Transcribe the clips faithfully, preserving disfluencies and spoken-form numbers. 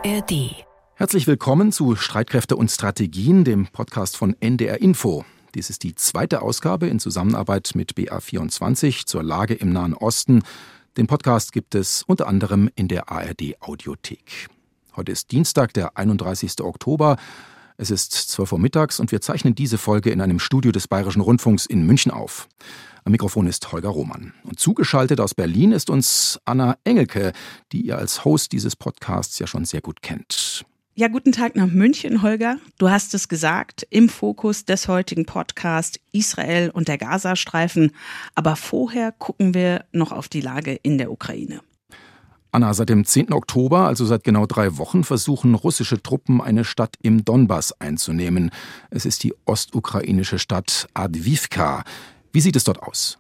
R D. Herzlich willkommen zu Streitkräfte und Strategien, dem Podcast von N D R Info. Dies ist die zweite Ausgabe in Zusammenarbeit mit B A vierundzwanzig zur Lage im Nahen Osten. Den Podcast gibt es unter anderem in der A R D-Audiothek. Heute ist Dienstag, der einunddreißigster Oktober. Es ist zwölf Uhr mittags und wir zeichnen diese Folge in einem Studio des Bayerischen Rundfunks in München auf. Am Mikrofon ist Holger Roman. Und zugeschaltet aus Berlin ist uns Anna Engelke, die ihr als Host dieses Podcasts ja schon sehr gut kennt. Ja, guten Tag nach München, Holger. Du hast es gesagt, im Fokus des heutigen Podcasts Israel und der Gazastreifen. Aber vorher gucken wir noch auf die Lage in der Ukraine. Anna, seit dem zehnten Oktober, also seit genau drei Wochen, versuchen russische Truppen eine Stadt im Donbass einzunehmen. Es ist die ostukrainische Stadt Awdijiwka. Wie sieht es dort aus?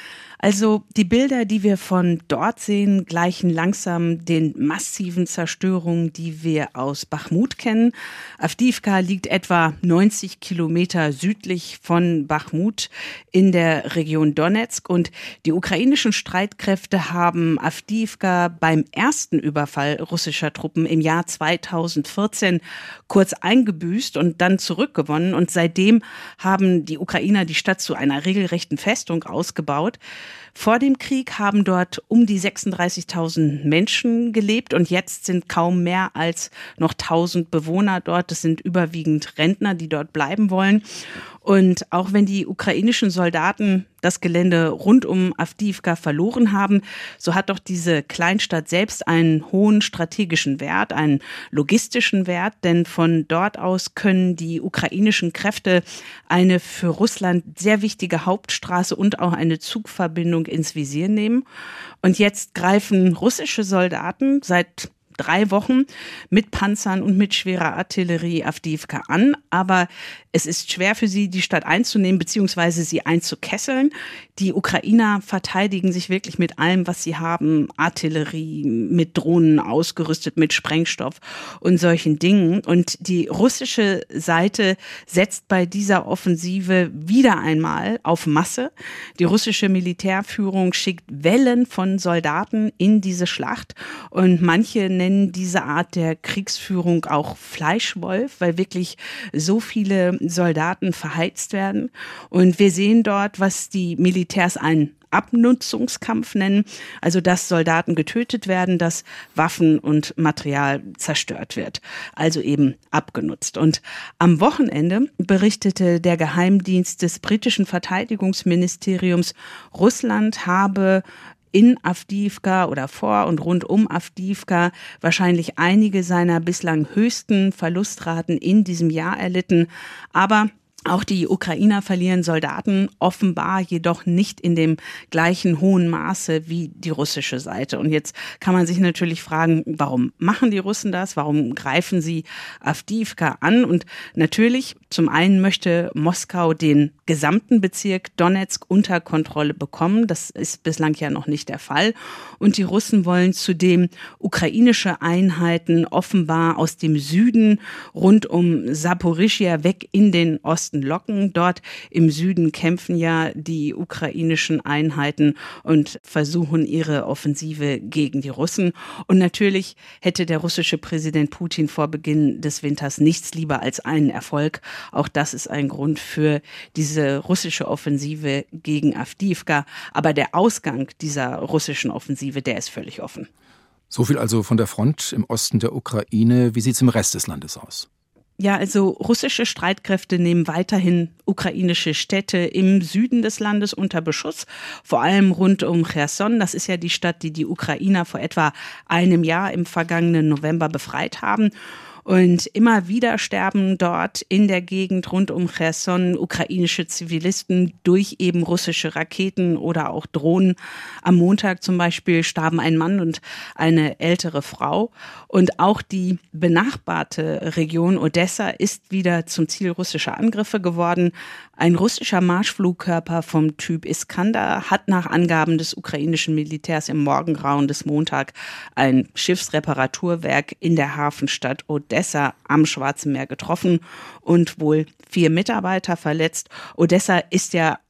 Also die Bilder, die wir von dort sehen, gleichen langsam den massiven Zerstörungen, die wir aus Bachmut kennen. Awdijiwka liegt etwa neunzig Kilometer südlich von Bachmut in der Region Donezk. Und die ukrainischen Streitkräfte haben Awdijiwka beim ersten Überfall russischer Truppen im Jahr zweitausendvierzehn kurz eingebüßt und dann zurückgewonnen. Und seitdem haben die Ukrainer die Stadt zu einer regelrechten Festung ausgebaut. Vor dem Krieg haben dort um die sechsunddreißigtausend Menschen gelebt und jetzt sind kaum mehr als noch tausend Bewohner dort. Das sind überwiegend Rentner, die dort bleiben wollen. Und auch wenn die ukrainischen Soldaten das Gelände rund um Awdijiwka verloren haben, so hat doch diese Kleinstadt selbst einen hohen strategischen Wert, einen logistischen Wert, denn von dort aus können die ukrainischen Kräfte eine für Russland sehr wichtige Hauptstraße und auch eine Zugverbindung ins Visier nehmen. Und jetzt greifen russische Soldaten seit drei Wochen mit Panzern und mit schwerer Artillerie Awdijiwka an. Aber es ist schwer für sie, die Stadt einzunehmen bzw. sie einzukesseln. Die Ukrainer verteidigen sich wirklich mit allem, was sie haben. Artillerie, mit Drohnen ausgerüstet, mit Sprengstoff und solchen Dingen. Und die russische Seite setzt bei dieser Offensive wieder einmal auf Masse. Die russische Militärführung schickt Wellen von Soldaten in diese Schlacht. Und manche nennen diese Art der Kriegsführung auch Fleischwolf, weil wirklich so viele Soldaten verheizt werden. Und wir sehen dort, was die Militärs einen Abnutzungskampf nennen, also dass Soldaten getötet werden, dass Waffen und Material zerstört wird, also eben abgenutzt. Und am Wochenende berichtete der Geheimdienst des britischen Verteidigungsministeriums, Russland habe in Awdijiwka oder vor und rund um Awdijiwka wahrscheinlich einige seiner bislang höchsten Verlustraten in diesem Jahr erlitten. Aber auch die Ukrainer verlieren Soldaten, offenbar jedoch nicht in dem gleichen hohen Maße wie die russische Seite. Und jetzt kann man sich natürlich fragen, warum machen die Russen das? Warum greifen sie Awdijiwka an? Und natürlich, zum einen möchte Moskau den gesamten Bezirk Donezk unter Kontrolle bekommen. Das ist bislang ja noch nicht der Fall. Und die Russen wollen zudem ukrainische Einheiten offenbar aus dem Süden rund um Saporischschja weg in den Osten locken. Dort im Süden kämpfen ja die ukrainischen Einheiten und versuchen ihre Offensive gegen die Russen. Und natürlich hätte der russische Präsident Putin vor Beginn des Winters nichts lieber als einen Erfolg. Auch das ist ein Grund für diese russische Offensive gegen Awdijiwka. Aber der Ausgang dieser russischen Offensive, der ist völlig offen. So viel also von der Front im Osten der Ukraine. Wie sieht es im Rest des Landes aus? Ja, also russische Streitkräfte nehmen weiterhin ukrainische Städte im Süden des Landes unter Beschuss, vor allem rund um Cherson. Das ist ja die Stadt, die die Ukrainer vor etwa einem Jahr im vergangenen November befreit haben. Und immer wieder sterben dort in der Gegend rund um Cherson ukrainische Zivilisten durch eben russische Raketen oder auch Drohnen. Am Montag zum Beispiel starben ein Mann und eine ältere Frau. Und auch die benachbarte Region Odessa ist wieder zum Ziel russischer Angriffe geworden. Ein russischer Marschflugkörper vom Typ Iskander hat nach Angaben des ukrainischen Militärs im Morgengrauen des Montag ein Schiffsreparaturwerk in der Hafenstadt Odessa am Schwarzen Meer getroffen und wohl vier Mitarbeiter verletzt. Odessa ist ja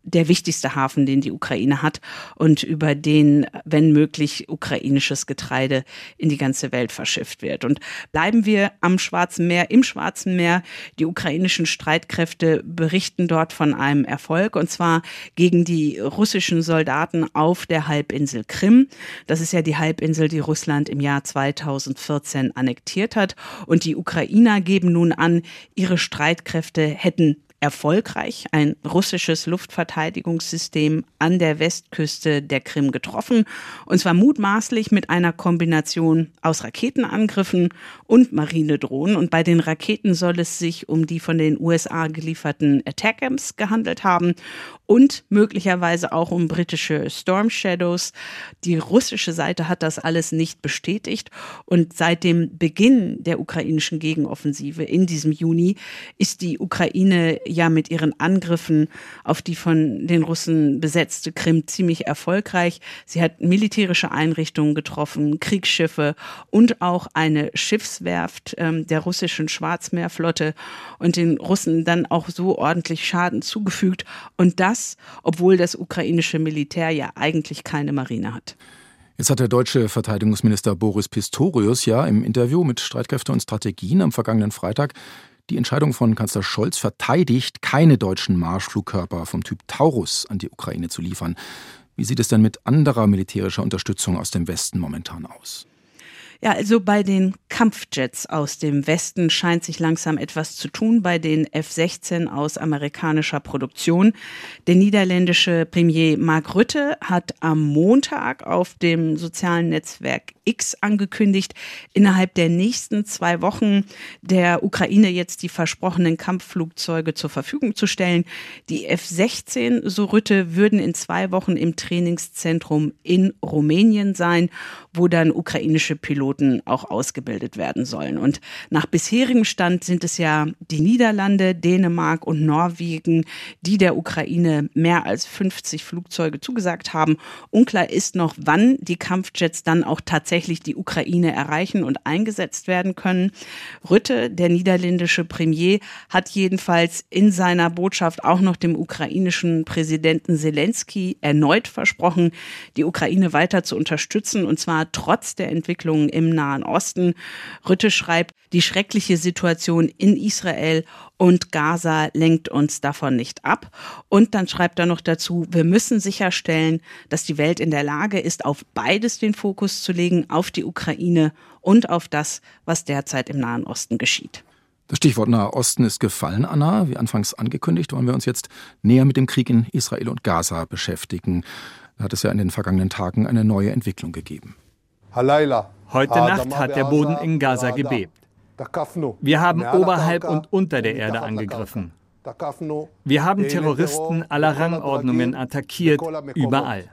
der wichtigste Hafen, den die Ukraine hat und über den, wenn möglich, ukrainisches Getreide in die ganze Welt verschifft wird. Und bleiben wir am Schwarzen Meer, im Schwarzen Meer. Die ukrainischen Streitkräfte berichten dort von einem Erfolg, und zwar gegen die russischen Soldaten auf der Halbinsel Krim. Das ist ja die Halbinsel, die Russland im Jahr zweitausendvierzehn annektiert hat. Und die Ukrainer geben nun an, ihre Streitkräfte hätten erfolgreich ein russisches Luftverteidigungssystem an der Westküste der Krim getroffen, und zwar mutmaßlich mit einer Kombination aus Raketenangriffen und Marinedrohnen. Und bei den Raketen soll es sich um die von den U S A gelieferten Attackams gehandelt haben und möglicherweise auch um britische Storm Shadows. Die russische Seite hat das alles nicht bestätigt, und seit dem Beginn der ukrainischen Gegenoffensive in diesem Juni ist die Ukraine ja mit ihren Angriffen auf die von den Russen besetzte Krim ziemlich erfolgreich. Sie hat militärische Einrichtungen getroffen, Kriegsschiffe und auch eine Schiffswerft ähm, der russischen Schwarzmeerflotte und den Russen dann auch so ordentlich Schaden zugefügt. Und das, obwohl das ukrainische Militär ja eigentlich keine Marine hat. Jetzt hat der deutsche Verteidigungsminister Boris Pistorius ja im Interview mit Streitkräfte und Strategien am vergangenen Freitag die Entscheidung von Kanzler Scholz verteidigt, keine deutschen Marschflugkörper vom Typ Taurus an die Ukraine zu liefern. Wie sieht es denn mit anderer militärischer Unterstützung aus dem Westen momentan aus? Ja, also bei den Kampfjets aus dem Westen scheint sich langsam etwas zu tun, bei den F sechzehn aus amerikanischer Produktion. Der niederländische Premier Mark Rutte hat am Montag auf dem sozialen Netzwerk X angekündigt, innerhalb der nächsten zwei Wochen der Ukraine jetzt die versprochenen Kampfflugzeuge zur Verfügung zu stellen. Die F sechzehn, so Rutte, würden in zwei Wochen im Trainingszentrum in Rumänien sein, wo dann ukrainische Piloten auch ausgebildet werden sollen. Und nach bisherigem Stand sind es ja die Niederlande, Dänemark und Norwegen, die der Ukraine mehr als fünfzig Flugzeuge zugesagt haben. Unklar ist noch, wann die Kampfjets dann auch tatsächlich die Ukraine erreichen und eingesetzt werden können. Rutte, der niederländische Premier, hat jedenfalls in seiner Botschaft auch noch dem ukrainischen Präsidenten Zelensky erneut versprochen, die Ukraine weiter zu unterstützen, und zwar trotz der Entwicklungen im Nahen Osten. Rutte schreibt, die schreckliche Situation in Israel und Gaza lenkt uns davon nicht ab. Und dann schreibt er noch dazu, wir müssen sicherstellen, dass die Welt in der Lage ist, auf beides den Fokus zu legen, auf die Ukraine und auf das, was derzeit im Nahen Osten geschieht. Das Stichwort Nahe Osten ist gefallen, Anna. Wie anfangs angekündigt, wollen wir uns jetzt näher mit dem Krieg in Israel und Gaza beschäftigen. Da hat es ja in den vergangenen Tagen eine neue Entwicklung gegeben. Heute Nacht hat der Boden in Gaza gebebt. Wir haben oberhalb und unter der Erde angegriffen. Wir haben Terroristen aller Rangordnungen attackiert, überall.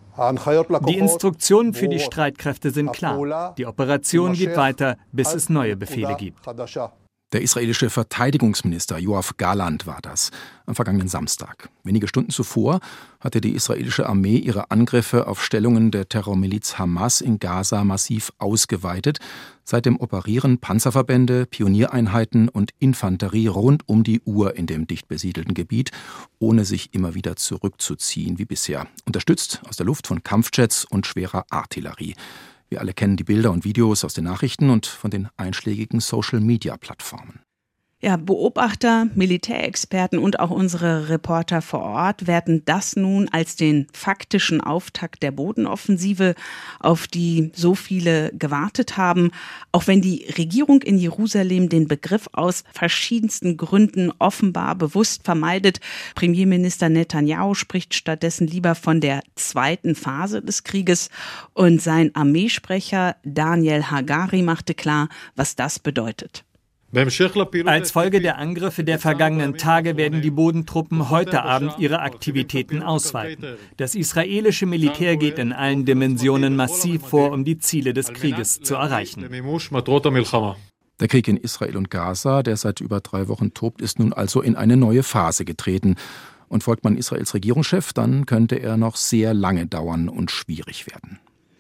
Die Instruktionen für die Streitkräfte sind klar. Die Operation geht weiter, bis es neue Befehle gibt. Der israelische Verteidigungsminister Yoav Gallant war das am vergangenen Samstag. Wenige Stunden zuvor hatte die israelische Armee ihre Angriffe auf Stellungen der Terrormiliz Hamas in Gaza massiv ausgeweitet. Seitdem operieren Panzerverbände, Pioniereinheiten und Infanterie rund um die Uhr in dem dicht besiedelten Gebiet, ohne sich immer wieder zurückzuziehen wie bisher. Unterstützt aus der Luft von Kampfjets und schwerer Artillerie. Wir alle kennen die Bilder und Videos aus den Nachrichten und von den einschlägigen Social-Media-Plattformen. Ja, Beobachter, Militärexperten und auch unsere Reporter vor Ort werten das nun als den faktischen Auftakt der Bodenoffensive, auf die so viele gewartet haben. Auch wenn die Regierung in Jerusalem den Begriff aus verschiedensten Gründen offenbar bewusst vermeidet. Premierminister Netanyahu spricht stattdessen lieber von der zweiten Phase des Krieges. Und sein Armeesprecher Daniel Hagari machte klar, was das bedeutet. Als Folge der Angriffe der vergangenen Tage werden die Bodentruppen heute Abend ihre Aktivitäten ausweiten. Das israelische Militär geht in allen Dimensionen massiv vor, um die Ziele des Krieges zu erreichen. Der Krieg in Israel und Gaza, der seit über drei Wochen tobt, ist nun also in eine neue Phase getreten. Und folgt man Israels Regierungschef, dann könnte er noch sehr lange dauern und schwierig werden.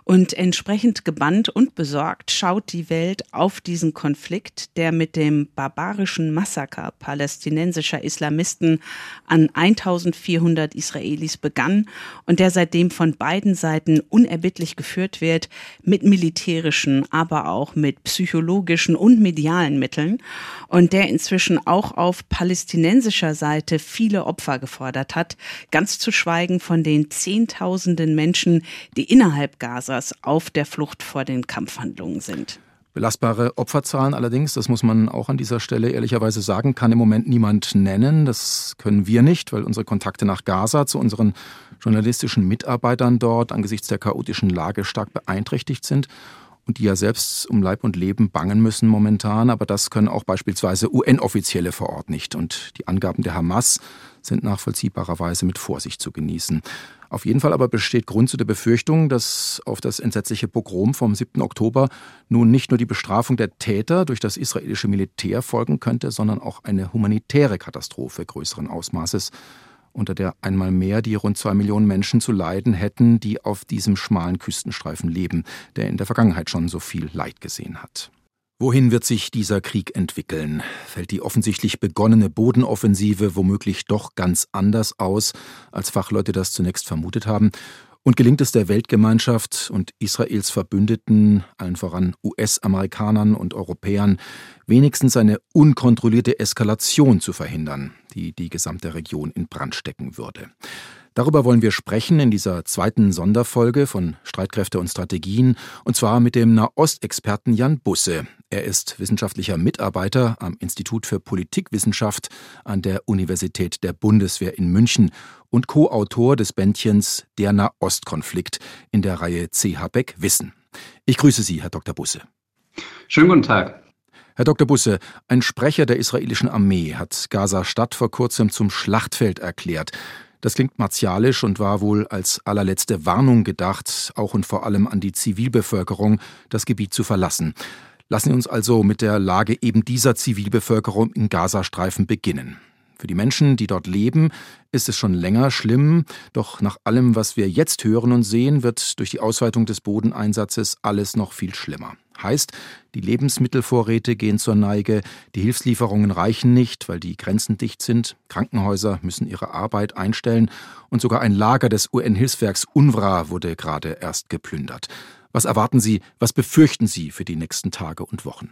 Und entsprechend gebannt und besorgt schaut die Welt auf diesen Konflikt, der mit dem barbarischen Massaker palästinensischer Islamisten an eintausendvierhundert Israelis begann und der seitdem von beiden Seiten unerbittlich geführt wird, mit militärischen, aber auch mit psychologischen und medialen Mitteln und der inzwischen auch auf palästinensischer Seite viele Opfer gefordert hat, ganz zu schweigen von den Zehntausenden Menschen, die innerhalb Gazas auf der Flucht vor den Kampfhandlungen sind. Belastbare Opferzahlen allerdings, das muss man auch an dieser Stelle ehrlicherweise sagen, kann im Moment niemand nennen. Das können wir nicht, weil unsere Kontakte nach Gaza zu unseren journalistischen Mitarbeitern dort angesichts der chaotischen Lage stark beeinträchtigt sind und die ja selbst um Leib und Leben bangen müssen momentan. Aber das können auch beispielsweise U N-Offizielle vor Ort nicht. Und die Angaben der Hamas sind nachvollziehbarerweise mit Vorsicht zu genießen. Auf jeden Fall aber besteht Grund zu der Befürchtung, dass auf das entsetzliche Pogrom vom siebten Oktober nun nicht nur die Bestrafung der Täter durch das israelische Militär folgen könnte, sondern auch eine humanitäre Katastrophe größeren Ausmaßes, unter der einmal mehr die rund zwei Millionen Menschen zu leiden hätten, die auf diesem schmalen Küstenstreifen leben, der in der Vergangenheit schon so viel Leid gesehen hat. Wohin wird sich dieser Krieg entwickeln? Fällt die offensichtlich begonnene Bodenoffensive womöglich doch ganz anders aus, als Fachleute das zunächst vermutet haben? Und gelingt es der Weltgemeinschaft und Israels Verbündeten, allen voran U S-Amerikanern und Europäern, wenigstens eine unkontrollierte Eskalation zu verhindern, die die gesamte Region in Brand stecken würde? Darüber wollen wir sprechen in dieser zweiten Sonderfolge von Streitkräfte und Strategien, und zwar mit dem Nahostexperten Jan Busse. Er ist wissenschaftlicher Mitarbeiter am Institut für Politikwissenschaft an der Universität der Bundeswehr in München und Co-Autor des Bändchens Der Nahostkonflikt in der Reihe C H. Beck Wissen. Ich grüße Sie, Herr Doktor Busse. Schönen guten Tag. Herr Doktor Busse, ein Sprecher der israelischen Armee hat Gaza-Stadt vor kurzem zum Schlachtfeld erklärt. Das klingt martialisch und war wohl als allerletzte Warnung gedacht, auch und vor allem an die Zivilbevölkerung, das Gebiet zu verlassen. Lassen Sie uns also mit der Lage eben dieser Zivilbevölkerung im Gazastreifen beginnen. Für die Menschen, die dort leben, ist es schon länger schlimm, doch nach allem, was wir jetzt hören und sehen, wird durch die Ausweitung des Bodeneinsatzes alles noch viel schlimmer. Heißt, die Lebensmittelvorräte gehen zur Neige, die Hilfslieferungen reichen nicht, weil die Grenzen dicht sind, Krankenhäuser müssen ihre Arbeit einstellen und sogar ein Lager des U N-Hilfswerks UNRWA wurde gerade erst geplündert. Was erwarten Sie, was befürchten Sie für die nächsten Tage und Wochen?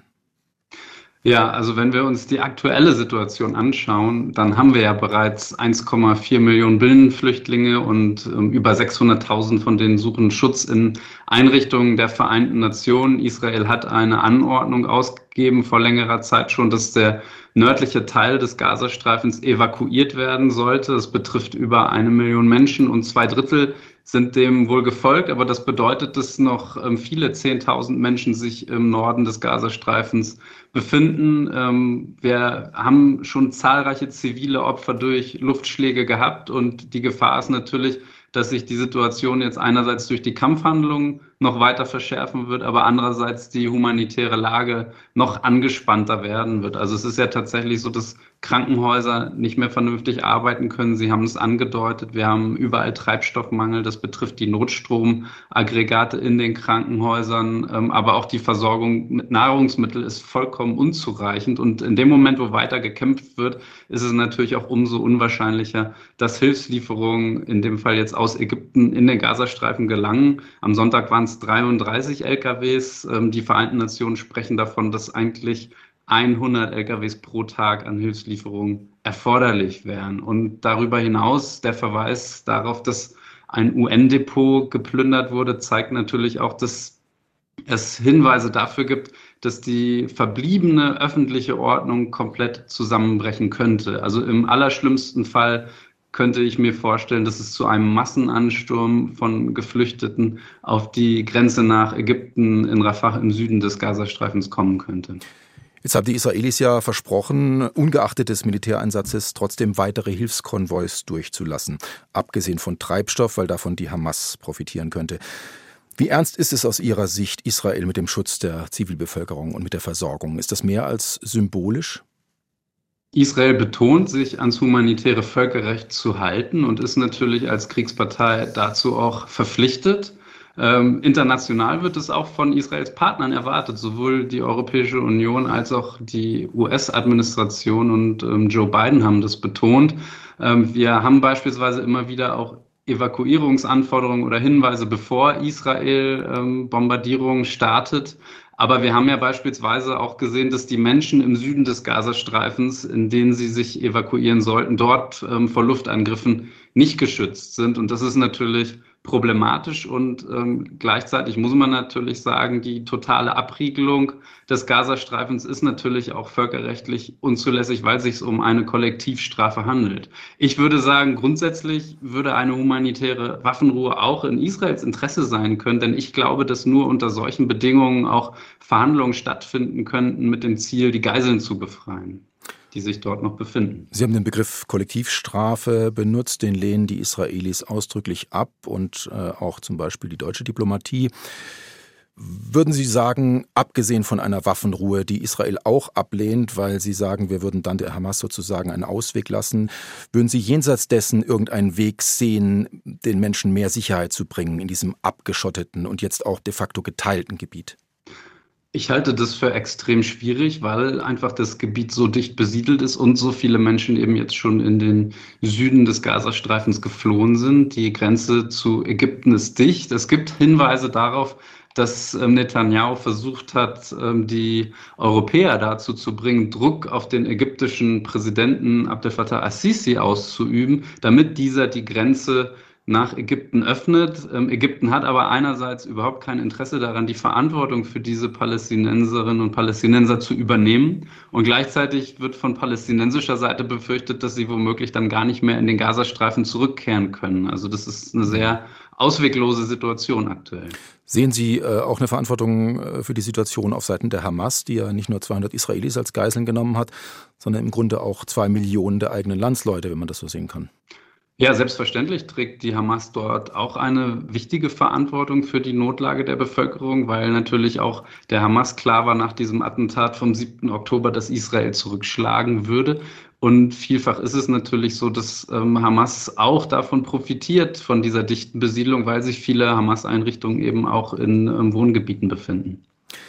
Ja, also wenn wir uns die aktuelle Situation anschauen, dann haben wir ja bereits eins Komma vier Millionen Binnenflüchtlinge und ähm, über sechshunderttausend von denen suchen Schutz in Einrichtungen der Vereinten Nationen. Israel hat eine Anordnung ausgegeben vor längerer Zeit schon, dass der nördliche Teil des Gazastreifens evakuiert werden sollte. Das betrifft über eine Million Menschen und zwei Drittel sind dem wohl gefolgt. Aber das bedeutet, dass noch ähm, viele Zehntausend Menschen sich im Norden des Gazastreifens befinden. Ähm, wir haben schon zahlreiche zivile Opfer durch Luftschläge gehabt und die Gefahr ist natürlich, dass sich die Situation jetzt einerseits durch die Kampfhandlungen noch weiter verschärfen wird, aber andererseits die humanitäre Lage noch angespannter werden wird. Also es ist ja tatsächlich so, dass Krankenhäuser nicht mehr vernünftig arbeiten können. Sie haben es angedeutet, wir haben überall Treibstoffmangel. Das betrifft die Notstromaggregate in den Krankenhäusern, aber auch die Versorgung mit Nahrungsmitteln ist vollkommen unzureichend. Und in dem Moment, wo weiter gekämpft wird, ist es natürlich auch umso unwahrscheinlicher, dass Hilfslieferungen, in dem Fall jetzt aus Ägypten, in den Gazastreifen gelangen. Am Sonntag waren es dreiunddreißig L K Ws. Die Vereinten Nationen sprechen davon, dass eigentlich hundert L K Ws pro Tag an Hilfslieferungen erforderlich wären. Und darüber hinaus der Verweis darauf, dass ein U N-Depot geplündert wurde, zeigt natürlich auch, dass es Hinweise dafür gibt, dass die verbliebene öffentliche Ordnung komplett zusammenbrechen könnte. Also im allerschlimmsten Fall könnte ich mir vorstellen, dass es zu einem Massenansturm von Geflüchteten auf die Grenze nach Ägypten in Rafah im Süden des Gazastreifens kommen könnte. Jetzt haben die Israelis ja versprochen, ungeachtet des Militäreinsatzes trotzdem weitere Hilfskonvois durchzulassen. Abgesehen von Treibstoff, weil davon die Hamas profitieren könnte. Wie ernst ist es aus Ihrer Sicht, Israel mit dem Schutz der Zivilbevölkerung und mit der Versorgung? Ist das mehr als symbolisch? Israel betont, sich ans humanitäre Völkerrecht zu halten und ist natürlich als Kriegspartei dazu auch verpflichtet. Ähm, international wird es auch von Israels Partnern erwartet, sowohl die Europäische Union als auch die U S-Administration und ähm, Joe Biden haben das betont. Ähm, wir haben beispielsweise immer wieder auch Evakuierungsanforderungen oder Hinweise, bevor Israel ähm, Bombardierungen startet. Aber wir haben ja beispielsweise auch gesehen, dass die Menschen im Süden des Gazastreifens, in denen sie sich evakuieren sollten, dort ähm, vor Luftangriffen nicht geschützt sind. Und das ist natürlich problematisch und ähm, gleichzeitig muss man natürlich sagen, die totale Abriegelung des Gazastreifens ist natürlich auch völkerrechtlich unzulässig, weil es sich um eine Kollektivstrafe handelt. Ich würde sagen, grundsätzlich würde eine humanitäre Waffenruhe auch in Israels Interesse sein können, denn ich glaube, dass nur unter solchen Bedingungen auch Verhandlungen stattfinden könnten mit dem Ziel, die Geiseln zu befreien, die sich dort noch befinden. Sie haben den Begriff Kollektivstrafe benutzt, den lehnen die Israelis ausdrücklich ab und äh, auch zum Beispiel die deutsche Diplomatie. Würden Sie sagen, abgesehen von einer Waffenruhe, die Israel auch ablehnt, weil Sie sagen, wir würden dann der Hamas sozusagen einen Ausweg lassen, würden Sie jenseits dessen irgendeinen Weg sehen, den Menschen mehr Sicherheit zu bringen in diesem abgeschotteten und jetzt auch de facto geteilten Gebiet? Ich halte das für extrem schwierig, weil einfach das Gebiet so dicht besiedelt ist und so viele Menschen eben jetzt schon in den Süden des Gazastreifens geflohen sind. Die Grenze zu Ägypten ist dicht. Es gibt Hinweise darauf, dass Netanyahu versucht hat, die Europäer dazu zu bringen, Druck auf den ägyptischen Präsidenten Abdel Fattah al-Sisi auszuüben, damit dieser die Grenze nach Ägypten öffnet. Ähm, Ägypten hat aber einerseits überhaupt kein Interesse daran, die Verantwortung für diese Palästinenserinnen und Palästinenser zu übernehmen. Und gleichzeitig wird von palästinensischer Seite befürchtet, dass sie womöglich dann gar nicht mehr in den Gazastreifen zurückkehren können. Also das ist eine sehr ausweglose Situation aktuell. Sehen Sie äh, auch eine Verantwortung äh, für die Situation auf Seiten der Hamas, die ja nicht nur zweihundert Israelis als Geiseln genommen hat, sondern im Grunde auch zwei Millionen der eigenen Landsleute, wenn man das so sehen kann? Ja, selbstverständlich trägt die Hamas dort auch eine wichtige Verantwortung für die Notlage der Bevölkerung, weil natürlich auch der Hamas klar war nach diesem Attentat vom siebten Oktober, dass Israel zurückschlagen würde. Und vielfach ist es natürlich so, dass ähm, Hamas auch davon profitiert, von dieser dichten Besiedlung, weil sich viele Hamas-Einrichtungen eben auch in ähm, Wohngebieten befinden.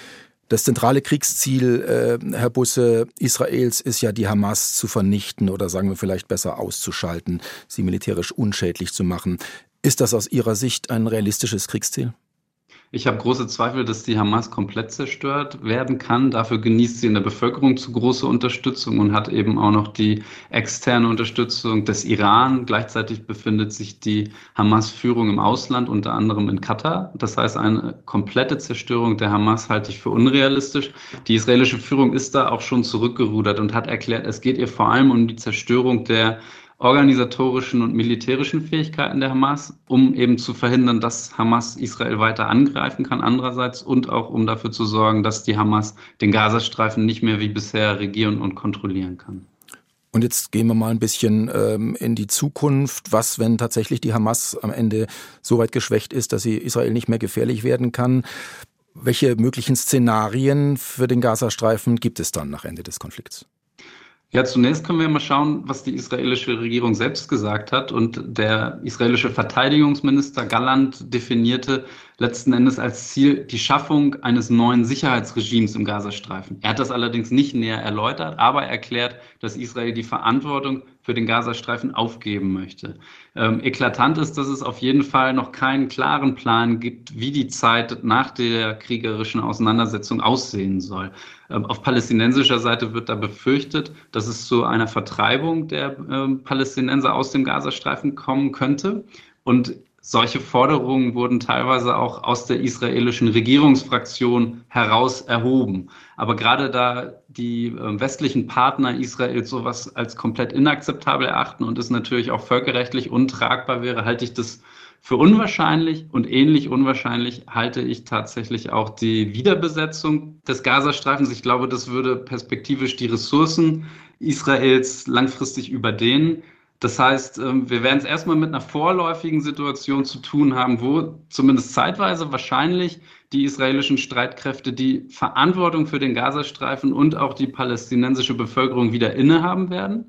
Das zentrale Kriegsziel, äh, Herr Busse, Israels ist ja, die Hamas zu vernichten oder sagen wir vielleicht besser auszuschalten, sie militärisch unschädlich zu machen. Ist das aus Ihrer Sicht ein realistisches Kriegsziel? Ich habe große Zweifel, dass die Hamas komplett zerstört werden kann. Dafür genießt sie in der Bevölkerung zu große Unterstützung und hat eben auch noch die externe Unterstützung des Iran. Gleichzeitig befindet sich die Hamas-Führung im Ausland, unter anderem in Katar. Das heißt, eine komplette Zerstörung der Hamas halte ich für unrealistisch. Die israelische Führung ist da auch schon zurückgerudert und hat erklärt, es geht ihr vor allem um die Zerstörung der organisatorischen und militärischen Fähigkeiten der Hamas, um eben zu verhindern, dass Hamas Israel weiter angreifen kann andererseits und auch um dafür zu sorgen, dass die Hamas den Gazastreifen nicht mehr wie bisher regieren und kontrollieren kann. Und jetzt gehen wir mal ein bisschen ähm, in die Zukunft. Was, wenn tatsächlich die Hamas am Ende so weit geschwächt ist, dass sie Israel nicht mehr gefährlich werden kann? Welche möglichen Szenarien für den Gazastreifen gibt es dann nach Ende des Konflikts? Ja, zunächst können wir mal schauen, was die israelische Regierung selbst gesagt hat. Und der israelische Verteidigungsminister Gallant definierte letzten Endes als Ziel die Schaffung eines neuen Sicherheitsregimes im Gazastreifen. Er hat das allerdings nicht näher erläutert, aber er erklärt, dass Israel die Verantwortung für den Gazastreifen aufgeben möchte. Ähm, eklatant ist, dass es auf jeden Fall noch keinen klaren Plan gibt, wie die Zeit nach der kriegerischen Auseinandersetzung aussehen soll. Ähm, auf palästinensischer Seite wird da befürchtet, dass es zu einer Vertreibung der ähm, Palästinenser aus dem Gazastreifen kommen könnte. Und solche Forderungen wurden teilweise auch aus der israelischen Regierungsfraktion heraus erhoben. Aber gerade da die äh, westlichen Partner Israels sowas als komplett inakzeptabel erachten und es natürlich auch völkerrechtlich untragbar wäre, halte ich das für unwahrscheinlich. Und ähnlich unwahrscheinlich halte ich tatsächlich auch die Wiederbesetzung des Gazastreifens. Ich glaube, das würde perspektivisch die Ressourcen Israels langfristig überdehnen. Das heißt, wir werden es erstmal mit einer vorläufigen Situation zu tun haben, wo zumindest zeitweise wahrscheinlich die israelischen Streitkräfte die Verantwortung für den Gazastreifen und auch die palästinensische Bevölkerung wieder innehaben werden.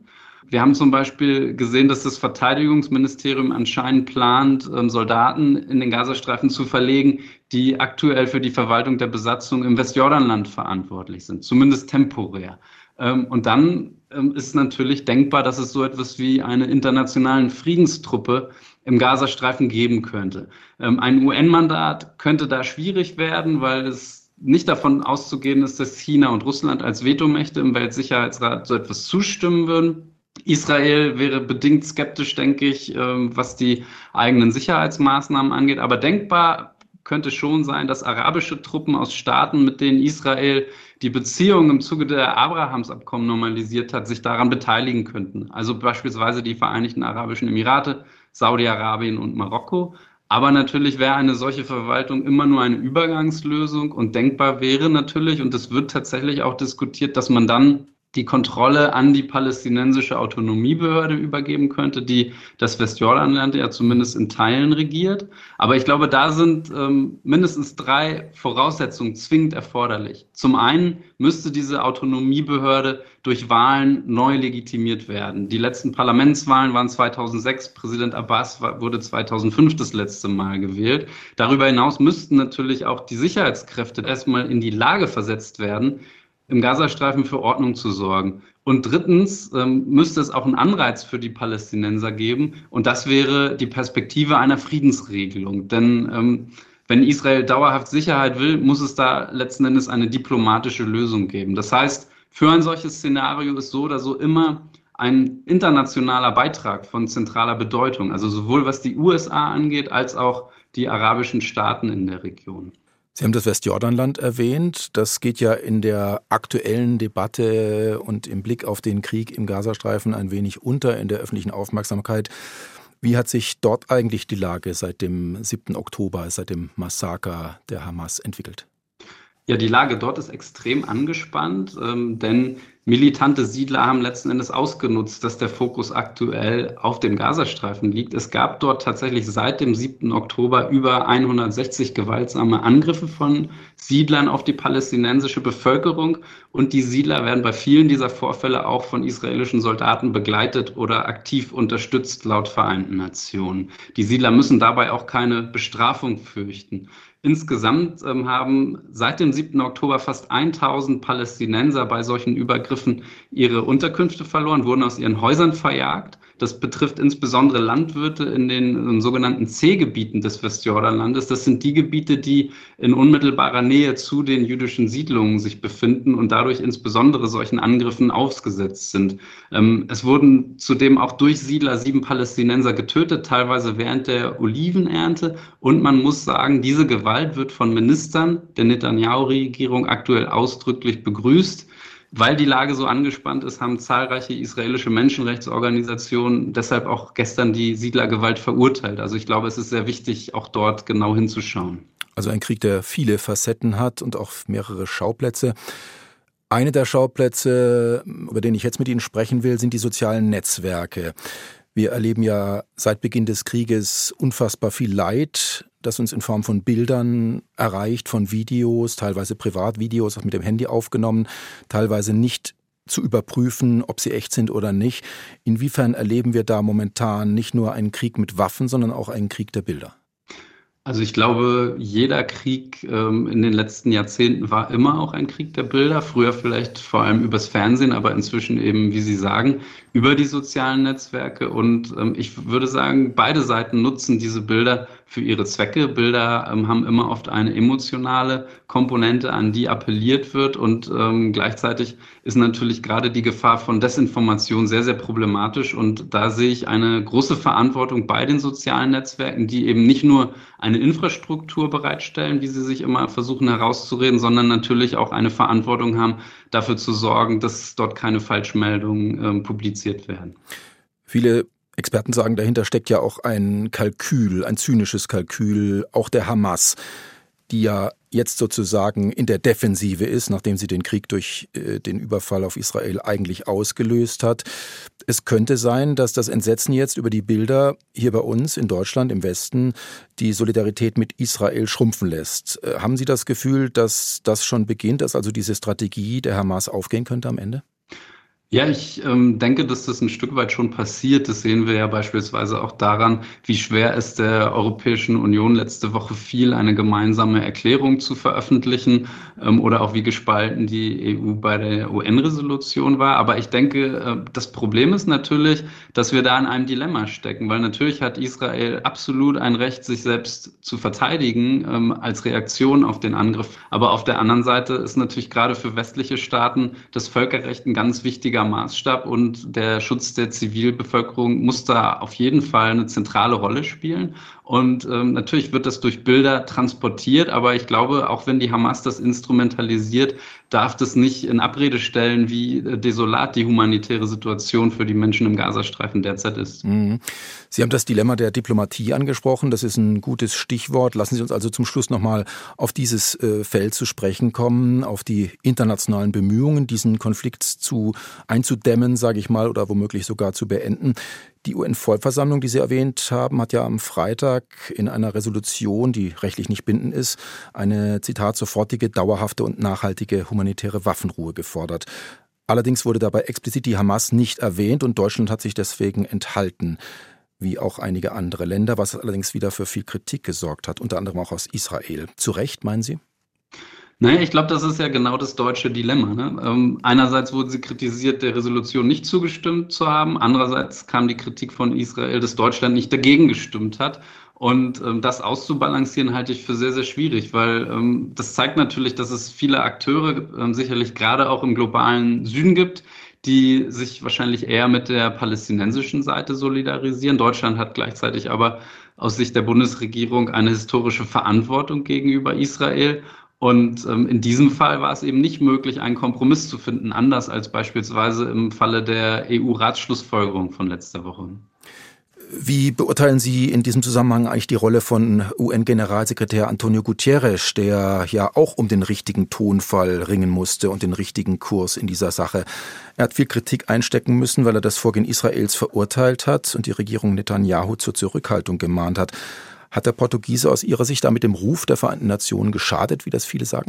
Wir haben zum Beispiel gesehen, dass das Verteidigungsministerium anscheinend plant, Soldaten in den Gazastreifen zu verlegen, die aktuell für die Verwaltung der Besatzung im Westjordanland verantwortlich sind, zumindest temporär. Und dann ist natürlich denkbar, dass es so etwas wie eine internationale Friedenstruppe im Gazastreifen geben könnte. Ein U N-Mandat könnte da schwierig werden, weil es nicht davon auszugehen ist, dass China und Russland als Vetomächte im Weltsicherheitsrat so etwas zustimmen würden. Israel wäre bedingt skeptisch, denke ich, was die eigenen Sicherheitsmaßnahmen angeht. Aber denkbar könnte schon sein, dass arabische Truppen aus Staaten, mit denen Israel die Beziehungen im Zuge der Abrahamsabkommen normalisiert hat, sich daran beteiligen könnten. Also beispielsweise die Vereinigten Arabischen Emirate, Saudi-Arabien und Marokko. Aber natürlich wäre eine solche Verwaltung immer nur eine Übergangslösung und denkbar wäre natürlich, und es wird tatsächlich auch diskutiert, dass man dann die Kontrolle an die palästinensische Autonomiebehörde übergeben könnte, die das Westjordanland ja zumindest in Teilen regiert. Aber ich glaube, da sind ähm, mindestens drei Voraussetzungen zwingend erforderlich. Zum einen müsste diese Autonomiebehörde durch Wahlen neu legitimiert werden. Die letzten Parlamentswahlen waren zweitausendsechs, Präsident Abbas wurde zweitausendfünf das letzte Mal gewählt. Darüber hinaus müssten natürlich auch die Sicherheitskräfte erstmal in die Lage versetzt werden, im Gazastreifen für Ordnung zu sorgen. Und drittens ähm, müsste es auch einen Anreiz für die Palästinenser geben. Und das wäre die Perspektive einer Friedensregelung. Denn ähm, wenn Israel dauerhaft Sicherheit will, muss es da letzten Endes eine diplomatische Lösung geben. Das heißt, für ein solches Szenario ist so oder so immer ein internationaler Beitrag von zentraler Bedeutung. Also sowohl was die U S A angeht, als auch die arabischen Staaten in der Region. Sie haben das Westjordanland erwähnt. Das geht ja in der aktuellen Debatte und im Blick auf den Krieg im Gazastreifen ein wenig unter in der öffentlichen Aufmerksamkeit. Wie hat sich dort eigentlich die Lage seit dem siebten Oktober, seit dem Massaker der Hamas entwickelt? Ja, die Lage dort ist extrem angespannt, ähm, denn militante Siedler haben letzten Endes ausgenutzt, dass der Fokus aktuell auf dem Gazastreifen liegt. Es gab dort tatsächlich seit dem siebten Oktober über hundertsechzig gewaltsame Angriffe von Siedlern auf die palästinensische Bevölkerung. Und die Siedler werden bei vielen dieser Vorfälle auch von israelischen Soldaten begleitet oder aktiv unterstützt, laut Vereinten Nationen. Die Siedler müssen dabei auch keine Bestrafung fürchten. Insgesamt ähm, haben seit dem siebten Oktober fast tausend Palästinenser bei solchen Übergriffen ihre Unterkünfte verloren, wurden aus ihren Häusern verjagt. Das betrifft insbesondere Landwirte in den ähm, sogenannten C-Gebieten des Westjordanlandes. Das sind die Gebiete, die in unmittelbarer Nähe zu den jüdischen Siedlungen sich befinden und dadurch insbesondere solchen Angriffen ausgesetzt sind. Ähm, es wurden zudem auch durch Siedler sieben Palästinenser getötet, teilweise während der Olivenernte. Und man muss sagen, diese Gewalt wird von Ministern der Netanyahu-Regierung aktuell ausdrücklich begrüßt. Weil die Lage so angespannt ist, haben zahlreiche israelische Menschenrechtsorganisationen deshalb auch gestern die Siedlergewalt verurteilt. Also ich glaube, es ist sehr wichtig, auch dort genau hinzuschauen. Also ein Krieg, der viele Facetten hat und auch mehrere Schauplätze. Eine der Schauplätze, über den ich jetzt mit Ihnen sprechen will, sind die sozialen Netzwerke. Wir erleben ja seit Beginn des Krieges unfassbar viel Leid, das uns in Form von Bildern erreicht, von Videos, teilweise Privatvideos, auch mit dem Handy aufgenommen, teilweise nicht zu überprüfen, ob sie echt sind oder nicht. Inwiefern erleben wir da momentan nicht nur einen Krieg mit Waffen, sondern auch einen Krieg der Bilder? Also ich glaube, jeder Krieg ähm, in den letzten Jahrzehnten war immer auch ein Krieg der Bilder. Früher vielleicht vor allem übers Fernsehen, aber inzwischen eben, wie Sie sagen, über die sozialen Netzwerke. Und ähm, ich würde sagen, beide Seiten nutzen diese Bilder für ihre Zwecke. Bilder ähm, haben immer oft eine emotionale Komponente, an die appelliert wird. Und ähm, gleichzeitig ist natürlich gerade die Gefahr von Desinformation sehr, sehr problematisch. Und da sehe ich eine große Verantwortung bei den sozialen Netzwerken, die eben nicht nur eine Infrastruktur bereitstellen, wie sie sich immer versuchen herauszureden, sondern natürlich auch eine Verantwortung haben, dafür zu sorgen, dass dort keine Falschmeldungen ähm, publiziert werden. Viele Experten sagen, dahinter steckt ja auch ein Kalkül, ein zynisches Kalkül, auch der Hamas, die ja jetzt sozusagen in der Defensive ist, nachdem sie den Krieg durch äh, den Überfall auf Israel eigentlich ausgelöst hat. Es könnte sein, dass das Entsetzen jetzt über die Bilder hier bei uns in Deutschland, im Westen, die Solidarität mit Israel schrumpfen lässt. Äh, haben Sie das Gefühl, dass das schon beginnt, dass also diese Strategie der Hamas aufgehen könnte am Ende? Ja, ich ähm, denke, dass das ein Stück weit schon passiert. Das sehen wir ja beispielsweise auch daran, wie schwer es der Europäischen Union letzte Woche fiel, eine gemeinsame Erklärung zu veröffentlichen, ähm, oder auch wie gespalten die E U bei der U N-Resolution war. Aber ich denke, äh, das Problem ist natürlich, dass wir da in einem Dilemma stecken, weil natürlich hat Israel absolut ein Recht, sich selbst zu verteidigen, ähm, als Reaktion auf den Angriff. Aber auf der anderen Seite ist natürlich gerade für westliche Staaten das Völkerrecht ein ganz wichtiger Maßstab und der Schutz der Zivilbevölkerung muss da auf jeden Fall eine zentrale Rolle spielen. Und ähm, natürlich wird das durch Bilder transportiert, aber ich glaube, auch wenn die Hamas das instrumentalisiert, darf das nicht in Abrede stellen, wie desolat die humanitäre Situation für die Menschen im Gazastreifen derzeit ist. Mhm. Sie haben das Dilemma der Diplomatie angesprochen, das ist ein gutes Stichwort. Lassen Sie uns also zum Schluss nochmal auf dieses äh, Feld zu sprechen kommen, auf die internationalen Bemühungen, diesen Konflikt zu einzudämmen, sage ich mal, oder womöglich sogar zu beenden. Die U N-Vollversammlung, die Sie erwähnt haben, hat ja am Freitag in einer Resolution, die rechtlich nicht bindend ist, eine, Zitat, sofortige, dauerhafte und nachhaltige humanitäre Waffenruhe gefordert. Allerdings wurde dabei explizit die Hamas nicht erwähnt und Deutschland hat sich deswegen enthalten, wie auch einige andere Länder, was allerdings wieder für viel Kritik gesorgt hat, unter anderem auch aus Israel. Zu Recht, meinen Sie? Naja, ich glaube, das ist ja genau das deutsche Dilemma. Ne? Ähm, einerseits wurde sie kritisiert, der Resolution nicht zugestimmt zu haben. Andererseits kam die Kritik von Israel, dass Deutschland nicht dagegen gestimmt hat. Und ähm, das auszubalancieren halte ich für sehr, sehr schwierig, weil ähm, das zeigt natürlich, dass es viele Akteure, ähm, sicherlich gerade auch im globalen Süden gibt, die sich wahrscheinlich eher mit der palästinensischen Seite solidarisieren. Deutschland hat gleichzeitig aber aus Sicht der Bundesregierung eine historische Verantwortung gegenüber Israel. Und ähm, in diesem Fall war es eben nicht möglich, einen Kompromiss zu finden, anders als beispielsweise im Falle der E U-Ratsschlussfolgerung von letzter Woche. Wie beurteilen Sie in diesem Zusammenhang eigentlich die Rolle von U N-Generalsekretär Antonio Guterres, der ja auch um den richtigen Tonfall ringen musste und den richtigen Kurs in dieser Sache? Er hat viel Kritik einstecken müssen, weil er das Vorgehen Israels verurteilt hat und die Regierung Netanyahu zur Zurückhaltung gemahnt hat. Hat der Portugiese aus Ihrer Sicht damit dem Ruf der Vereinten Nationen geschadet, wie das viele sagen?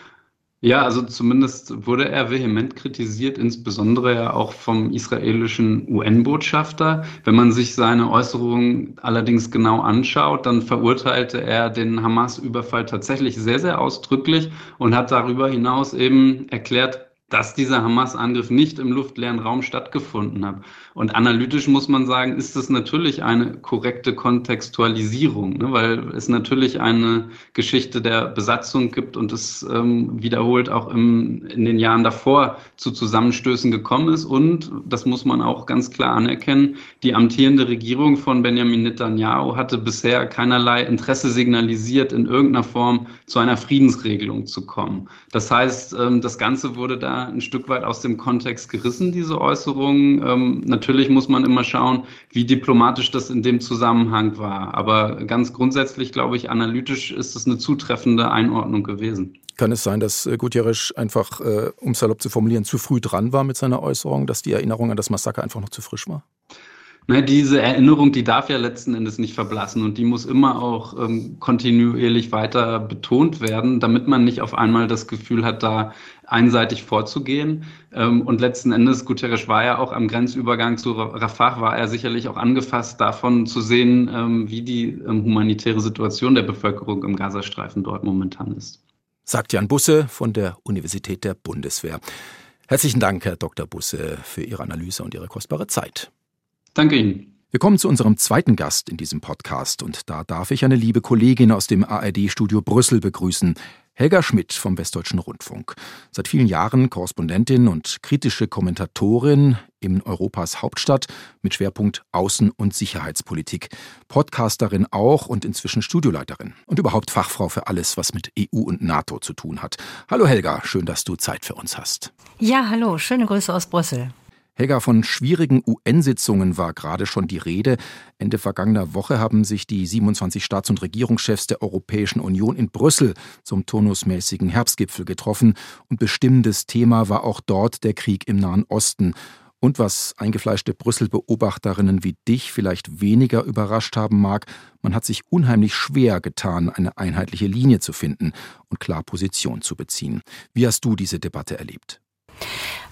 Ja, also zumindest wurde er vehement kritisiert, insbesondere ja auch vom israelischen U N-Botschafter. Wenn man sich seine Äußerungen allerdings genau anschaut, dann verurteilte er den Hamas-Überfall tatsächlich sehr, sehr ausdrücklich und hat darüber hinaus eben erklärt, dass dieser Hamas-Angriff nicht im luftleeren Raum stattgefunden hat. Und analytisch muss man sagen, ist es natürlich eine korrekte Kontextualisierung, ne, weil es natürlich eine Geschichte der Besatzung gibt und es ähm, wiederholt auch im, in den Jahren davor zu Zusammenstößen gekommen ist. Und, das muss man auch ganz klar anerkennen, die amtierende Regierung von Benjamin Netanyahu hatte bisher keinerlei Interesse signalisiert, in irgendeiner Form zu einer Friedensregelung zu kommen. Das heißt, ähm, das Ganze wurde da ein Stück weit aus dem Kontext gerissen, diese Äußerungen. Ähm, natürlich muss man immer schauen, wie diplomatisch das in dem Zusammenhang war. Aber ganz grundsätzlich, glaube ich, analytisch ist es eine zutreffende Einordnung gewesen. Kann es sein, dass Guterres einfach, äh, um salopp zu formulieren, zu früh dran war mit seiner Äußerung, dass die Erinnerung an das Massaker einfach noch zu frisch war? Na, diese Erinnerung, die darf ja letzten Endes nicht verblassen und die muss immer auch ähm, kontinuierlich weiter betont werden, damit man nicht auf einmal das Gefühl hat, da einseitig vorzugehen. Ähm, und letzten Endes, Guterres war ja auch am Grenzübergang zu Rafah, war er sicherlich auch angefasst davon zu sehen, ähm, wie die ähm, humanitäre Situation der Bevölkerung im Gazastreifen dort momentan ist. Sagt Jan Busse von der Universität der Bundeswehr. Herzlichen Dank, Herr Doktor Busse, für Ihre Analyse und Ihre kostbare Zeit. Danke Ihnen. Wir kommen zu unserem zweiten Gast in diesem Podcast und da darf ich eine liebe Kollegin aus dem A R D-Studio Brüssel begrüßen, Helga Schmidt vom Westdeutschen Rundfunk. Seit vielen Jahren Korrespondentin und kritische Kommentatorin in Europas Hauptstadt mit Schwerpunkt Außen- und Sicherheitspolitik. Podcasterin auch und inzwischen Studioleiterin und überhaupt Fachfrau für alles, was mit E U und NATO zu tun hat. Hallo Helga, schön, dass du Zeit für uns hast. Ja, hallo, schöne Grüße aus Brüssel. Helga, von schwierigen U N-Sitzungen war gerade schon die Rede. Ende vergangener Woche haben sich die siebenundzwanzig Staats- und Regierungschefs der Europäischen Union in Brüssel zum turnusmäßigen Herbstgipfel getroffen. Und bestimmendes Thema war auch dort der Krieg im Nahen Osten. Und was eingefleischte Brüssel-Beobachterinnen wie dich vielleicht weniger überrascht haben mag, man hat sich unheimlich schwer getan, eine einheitliche Linie zu finden und klar Position zu beziehen. Wie hast du diese Debatte erlebt?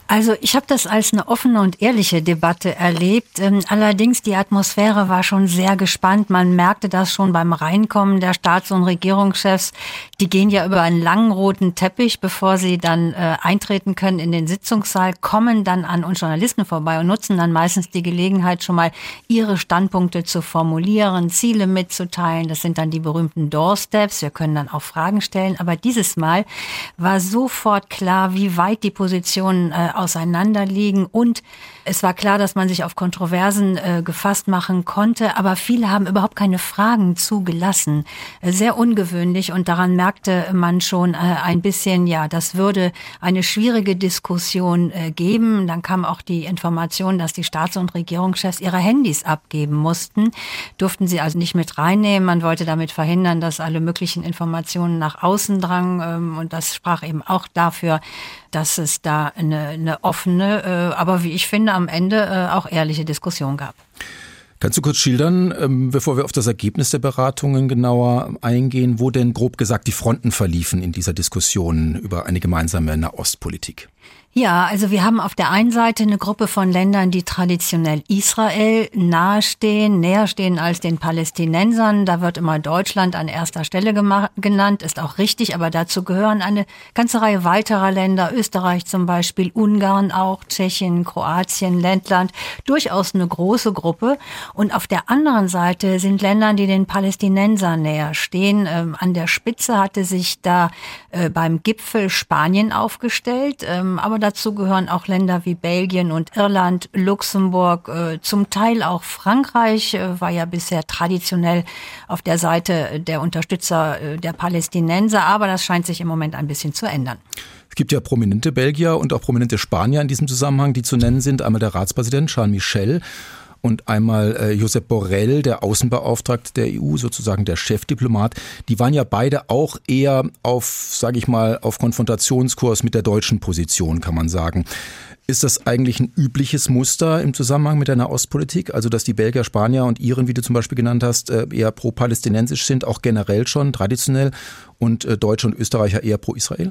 Also ich habe das als eine offene und ehrliche Debatte erlebt. Ähm, allerdings die Atmosphäre war schon sehr gespannt. Man merkte das schon beim Reinkommen der Staats- und Regierungschefs. Die gehen ja über einen langen roten Teppich, bevor sie dann äh, eintreten können in den Sitzungssaal, kommen dann an uns Journalisten vorbei und nutzen dann meistens die Gelegenheit, schon mal ihre Standpunkte zu formulieren, Ziele mitzuteilen. Das sind dann die berühmten Doorsteps. Wir können dann auch Fragen stellen. Aber dieses Mal war sofort klar, wie weit die Positionen äh, auseinanderliegen. Und es war klar, dass man sich auf Kontroversen äh, gefasst machen konnte. Aber viele haben überhaupt keine Fragen zugelassen. Äh, sehr ungewöhnlich. Und daran merkte man schon äh, ein bisschen, ja, das würde eine schwierige Diskussion äh, geben. Dann kam auch die Information, dass die Staats- und Regierungschefs ihre Handys abgeben mussten. Durften sie also nicht mit reinnehmen. Man wollte damit verhindern, dass alle möglichen Informationen nach außen drangen. Ähm, und das sprach eben auch dafür, dass es da eine, eine offene, äh, aber wie ich finde, am Ende äh, auch ehrliche Diskussion gab. Kannst du kurz schildern, ähm, bevor wir auf das Ergebnis der Beratungen genauer eingehen, wo denn grob gesagt die Fronten verliefen in dieser Diskussion über eine gemeinsame Nahostpolitik? Ja, also wir haben auf der einen Seite eine Gruppe von Ländern, die traditionell Israel nahestehen, näher stehen als den Palästinensern. Da wird immer Deutschland an erster Stelle gemacht, genannt, ist auch richtig, aber dazu gehören eine ganze Reihe weiterer Länder, Österreich zum Beispiel, Ungarn auch, Tschechien, Kroatien, Lettland, durchaus eine große Gruppe. Und auf der anderen Seite sind Länder, die den Palästinensern näher stehen. Ähm, an der Spitze hatte sich da äh, beim Gipfel Spanien aufgestellt, ähm, aber dazu gehören auch Länder wie Belgien und Irland, Luxemburg, äh, zum Teil auch Frankreich, äh, war ja bisher traditionell auf der Seite der Unterstützer äh, der Palästinenser, aber das scheint sich im Moment ein bisschen zu ändern. Es gibt ja prominente Belgier und auch prominente Spanier in diesem Zusammenhang, die zu nennen sind. Einmal der Ratspräsident Charles Michel und einmal äh, Josep Borrell, der Außenbeauftragte der E U, sozusagen der Chefdiplomat. Die waren ja beide auch eher auf, sage ich mal, auf Konfrontationskurs mit der deutschen Position, kann man sagen. Ist das eigentlich ein übliches Muster im Zusammenhang mit der Nahostpolitik? Also, dass die Belgier, Spanier und Iren, wie du zum Beispiel genannt hast, eher pro-palästinensisch sind, auch generell schon, traditionell, und äh, Deutsche und Österreicher eher pro-Israel?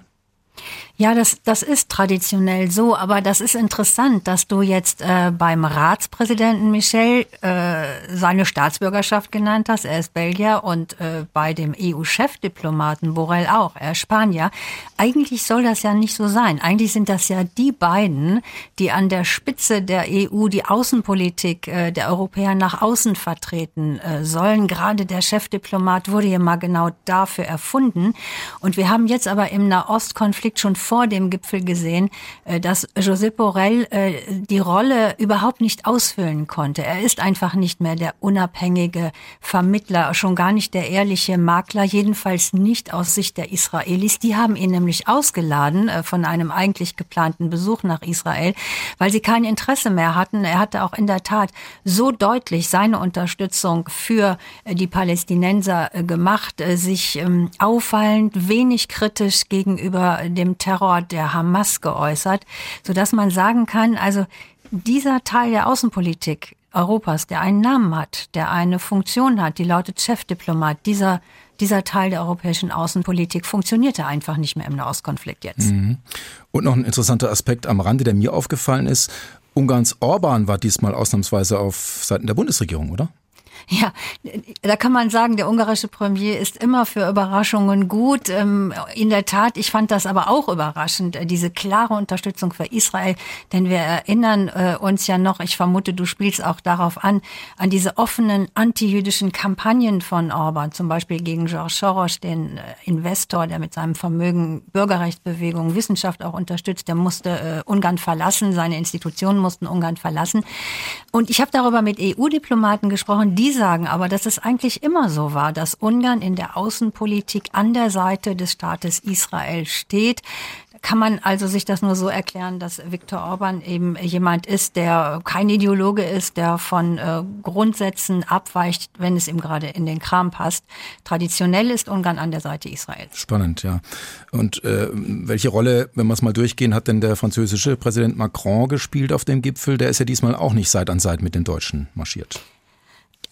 Ja, das, das ist traditionell so, aber das ist interessant, dass du jetzt äh, beim Ratspräsidenten Michel äh, seine Staatsbürgerschaft genannt hast. Er ist Belgier und äh, bei dem E U-Chefdiplomaten Borrell auch, er ist Spanier. Eigentlich soll das ja nicht so sein. Eigentlich sind das ja die beiden, die an der Spitze der E U die Außenpolitik äh, der Europäer nach außen vertreten äh, sollen. Gerade der Chefdiplomat wurde ja mal genau dafür erfunden. Und wir haben jetzt aber im Nahostkonflikt schon vor dem Gipfel gesehen, dass Josep Borrell die Rolle überhaupt nicht ausfüllen konnte. Er ist einfach nicht mehr der unabhängige Vermittler, schon gar nicht der ehrliche Makler, jedenfalls nicht aus Sicht der Israelis. Die haben ihn nämlich ausgeladen von einem eigentlich geplanten Besuch nach Israel, weil sie kein Interesse mehr hatten. Er hatte auch in der Tat so deutlich seine Unterstützung für die Palästinenser gemacht, sich auffallend wenig kritisch gegenüber dem Terror der Hamas geäußert, sodass man sagen kann, also dieser Teil der Außenpolitik Europas, der einen Namen hat, der eine Funktion hat, die lautet Chefdiplomat, dieser dieser Teil der europäischen Außenpolitik funktionierte einfach nicht mehr im Nahostkonflikt jetzt. Mhm. Und noch ein interessanter Aspekt am Rande, der mir aufgefallen ist, Ungarns Orban war diesmal ausnahmsweise auf Seiten der Bundesregierung, oder? Ja, da kann man sagen, der ungarische Premier ist immer für Überraschungen gut. In der Tat, ich fand das aber auch überraschend, diese klare Unterstützung für Israel. Denn wir erinnern uns ja noch, ich vermute, du spielst auch darauf an, an diese offenen antijüdischen Kampagnen von Orban, zum Beispiel gegen George Soros, den Investor, der mit seinem Vermögen Bürgerrechtsbewegungen, Wissenschaft auch unterstützt. Der musste Ungarn verlassen, seine Institutionen mussten Ungarn verlassen. Und ich habe darüber mit E U-Diplomaten gesprochen, die sagen aber, dass es eigentlich immer so war, dass Ungarn in der Außenpolitik an der Seite des Staates Israel steht. Kann man also sich das nur so erklären, dass Viktor Orban eben jemand ist, der kein Ideologe ist, der von äh, Grundsätzen abweicht, wenn es ihm gerade in den Kram passt. Traditionell ist Ungarn an der Seite Israels. Spannend, ja. Und äh, welche Rolle, wenn wir es mal durchgehen, hat denn der französische Präsident Macron gespielt auf dem Gipfel? Der ist ja diesmal auch nicht Seite an Seite mit den Deutschen marschiert.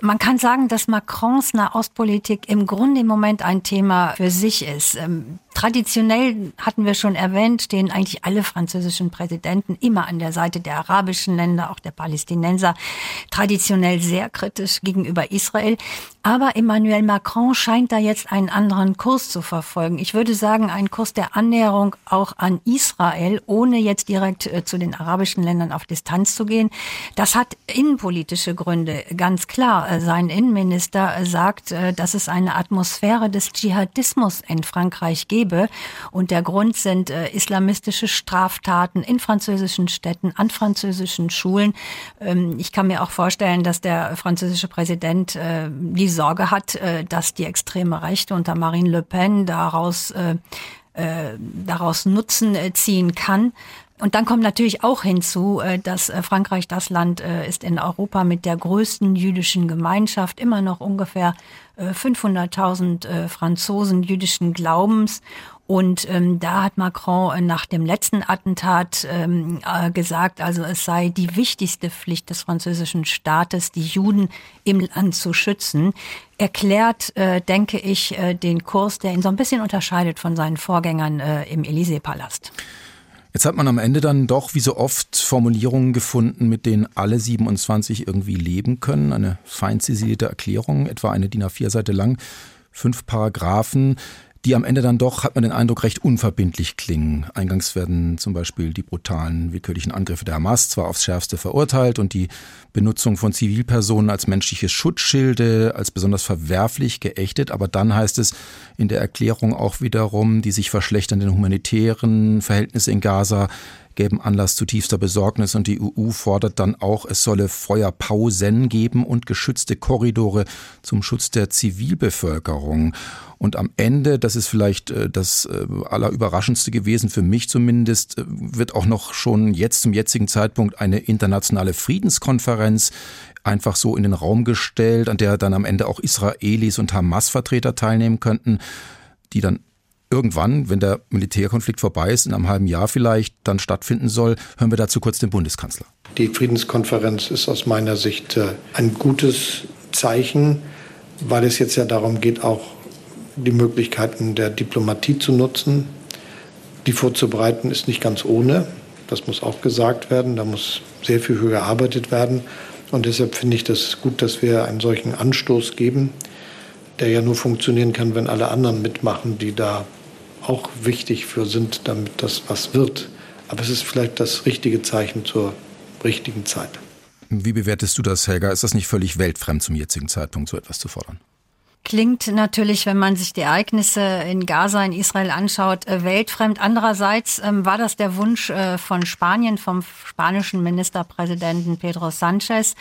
Man kann sagen, dass Macrons Nahostpolitik im Grunde im Moment ein Thema für sich ist. Ähm, traditionell, hatten wir schon erwähnt, stehen eigentlich alle französischen Präsidenten immer an der Seite der arabischen Länder, auch der Palästinenser, traditionell sehr kritisch gegenüber Israel. Aber Emmanuel Macron scheint da jetzt einen anderen Kurs zu verfolgen. Ich würde sagen, einen Kurs der Annäherung auch an Israel, ohne jetzt direkt äh, zu den arabischen Ländern auf Distanz zu gehen. Das hat innenpolitische Gründe, ganz klar. Sein Innenminister sagt, dass es eine Atmosphäre des Dschihadismus in Frankreich gebe. Und der Grund sind äh, islamistische Straftaten in französischen Städten, an französischen Schulen. Ähm, ich kann mir auch vorstellen, dass der französische Präsident äh, die Sorge hat, äh, dass die extreme Rechte unter Marine Le Pen daraus, äh, äh, daraus Nutzen äh, ziehen kann. Und dann kommt natürlich auch hinzu, dass Frankreich das Land ist in Europa mit der größten jüdischen Gemeinschaft, immer noch ungefähr fünfhunderttausend Franzosen jüdischen Glaubens. Und ähm, da hat Macron nach dem letzten Attentat ähm, äh, gesagt, also es sei die wichtigste Pflicht des französischen Staates, die Juden im Land zu schützen. Erklärt, äh, denke ich, äh, den Kurs, der ihn so ein bisschen unterscheidet von seinen Vorgängern äh, im Élysée-Palast. Jetzt hat man am Ende dann doch, wie so oft, Formulierungen gefunden, mit denen alle siebenundzwanzig irgendwie leben können. Eine fein ziselierte Erklärung, etwa eine D I N A vier Seite lang, fünf Paragraphen, die am Ende dann doch, hat man den Eindruck, recht unverbindlich klingen. Eingangs werden zum Beispiel die brutalen, willkürlichen Angriffe der Hamas zwar aufs Schärfste verurteilt und die Benutzung von Zivilpersonen als menschliche Schutzschilde als besonders verwerflich geächtet, aber dann heißt es in der Erklärung auch wiederum, die sich verschlechternden humanitären Verhältnisse in Gaza gäben Anlass zu tiefster Besorgnis und die E U fordert dann auch, es solle Feuerpausen geben und geschützte Korridore zum Schutz der Zivilbevölkerung. Und am Ende, das ist vielleicht das Allerüberraschendste gewesen, für mich zumindest, wird auch noch schon jetzt zum jetzigen Zeitpunkt eine internationale Friedenskonferenz einfach so in den Raum gestellt, an der dann am Ende auch Israelis und Hamas-Vertreter teilnehmen könnten, die dann irgendwann, wenn der Militärkonflikt vorbei ist, in einem halben Jahr vielleicht dann stattfinden soll. Hören wir dazu kurz den Bundeskanzler. Die Friedenskonferenz ist aus meiner Sicht ein gutes Zeichen, weil es jetzt ja darum geht, auch die Möglichkeiten der Diplomatie zu nutzen. Die vorzubereiten ist nicht ganz ohne. Das muss auch gesagt werden. Da muss sehr viel höher gearbeitet werden. Und deshalb finde ich das gut, dass wir einen solchen Anstoß geben, der ja nur funktionieren kann, wenn alle anderen mitmachen, die da auch wichtig für sind, damit das was wird. Aber es ist vielleicht das richtige Zeichen zur richtigen Zeit. Wie bewertest du das, Helga? Ist das nicht völlig weltfremd zum jetzigen Zeitpunkt, so etwas zu fordern? Klingt natürlich, wenn man sich die Ereignisse in Gaza, in Israel anschaut, weltfremd. Andererseits ähm, war das der Wunsch äh, von Spanien, vom spanischen Ministerpräsidenten Pedro Sánchez.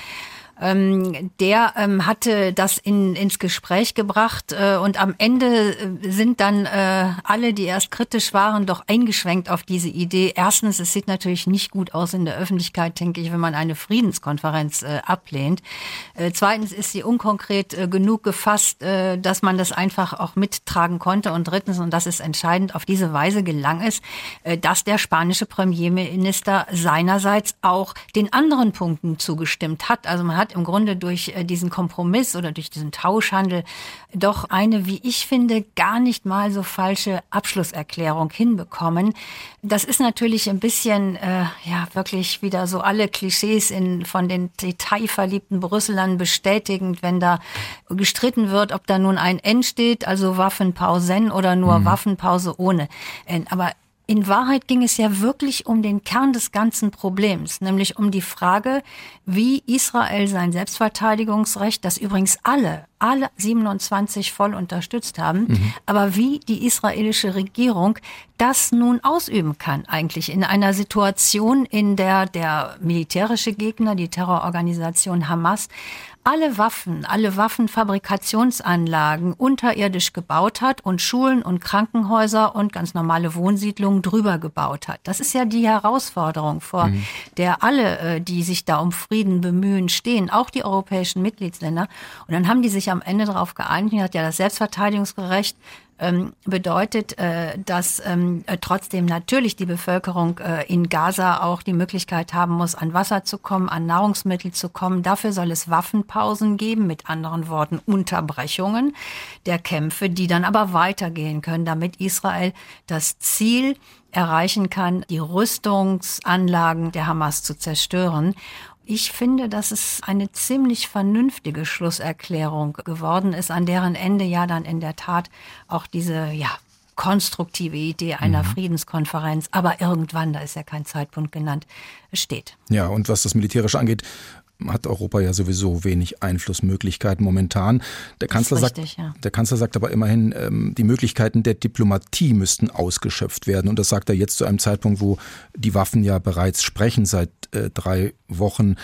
Ähm, der ähm, hatte das in, ins Gespräch gebracht äh, und am Ende äh, sind dann äh, alle, die erst kritisch waren, doch eingeschwenkt auf diese Idee. Erstens, es sieht natürlich nicht gut aus in der Öffentlichkeit, denke ich, wenn man eine Friedenskonferenz äh, ablehnt. Äh, zweitens ist sie unkonkret äh, genug gefasst, äh, dass man das einfach auch mittragen konnte. Und drittens, und das ist entscheidend, auf diese Weise gelang es, äh, dass der spanische Premierminister seinerseits auch den anderen Punkten zugestimmt hat. Also man hat im Grunde durch diesen Kompromiss oder durch diesen Tauschhandel doch eine, wie ich finde, gar nicht mal so falsche Abschlusserklärung hinbekommen. Das ist natürlich ein bisschen, äh, ja, wirklich wieder so alle Klischees in, von den detailverliebten Brüsselern bestätigend, wenn da gestritten wird, ob da nun ein N steht, also Waffenpausen oder nur mhm. Waffenpause ohne N. Aber in Wahrheit ging es ja wirklich um den Kern des ganzen Problems, nämlich um die Frage, wie Israel sein Selbstverteidigungsrecht, das übrigens alle, alle siebenundzwanzig voll unterstützt haben, mhm. aber wie die israelische Regierung das nun ausüben kann eigentlich in einer Situation, in der der militärische Gegner, die Terrororganisation Hamas, alle Waffen, alle Waffenfabrikationsanlagen unterirdisch gebaut hat und Schulen und Krankenhäuser und ganz normale Wohnsiedlungen drüber gebaut hat. Das ist ja die Herausforderung, vor mhm. der alle, die sich da um Frieden bemühen, stehen, auch die europäischen Mitgliedsländer. Und dann haben die sich am Ende darauf geeinigt, hat ja das Selbstverteidigungsrecht ähm, bedeutet, äh, dass ähm, trotzdem natürlich die Bevölkerung äh, in Gaza auch die Möglichkeit haben muss, an Wasser zu kommen, an Nahrungsmittel zu kommen. Dafür soll es Waffenpausen geben, mit anderen Worten Unterbrechungen der Kämpfe, die dann aber weitergehen können, damit Israel das Ziel erreichen kann, die Rüstungsanlagen der Hamas zu zerstören. Ich finde, dass es eine ziemlich vernünftige Schlusserklärung geworden ist, an deren Ende ja dann in der Tat auch diese, ja, konstruktive Idee einer mhm. Friedenskonferenz, aber irgendwann, da ist ja kein Zeitpunkt genannt, steht. Ja, und was das Militärische angeht, hat Europa ja sowieso wenig Einflussmöglichkeiten momentan. Der Kanzler richtig, sagt, ja. der Kanzler sagt aber immerhin, ähm, die Möglichkeiten der Diplomatie müssten ausgeschöpft werden. Und das sagt er jetzt zu einem Zeitpunkt, wo die Waffen ja bereits sprechen seit äh, drei Wochen.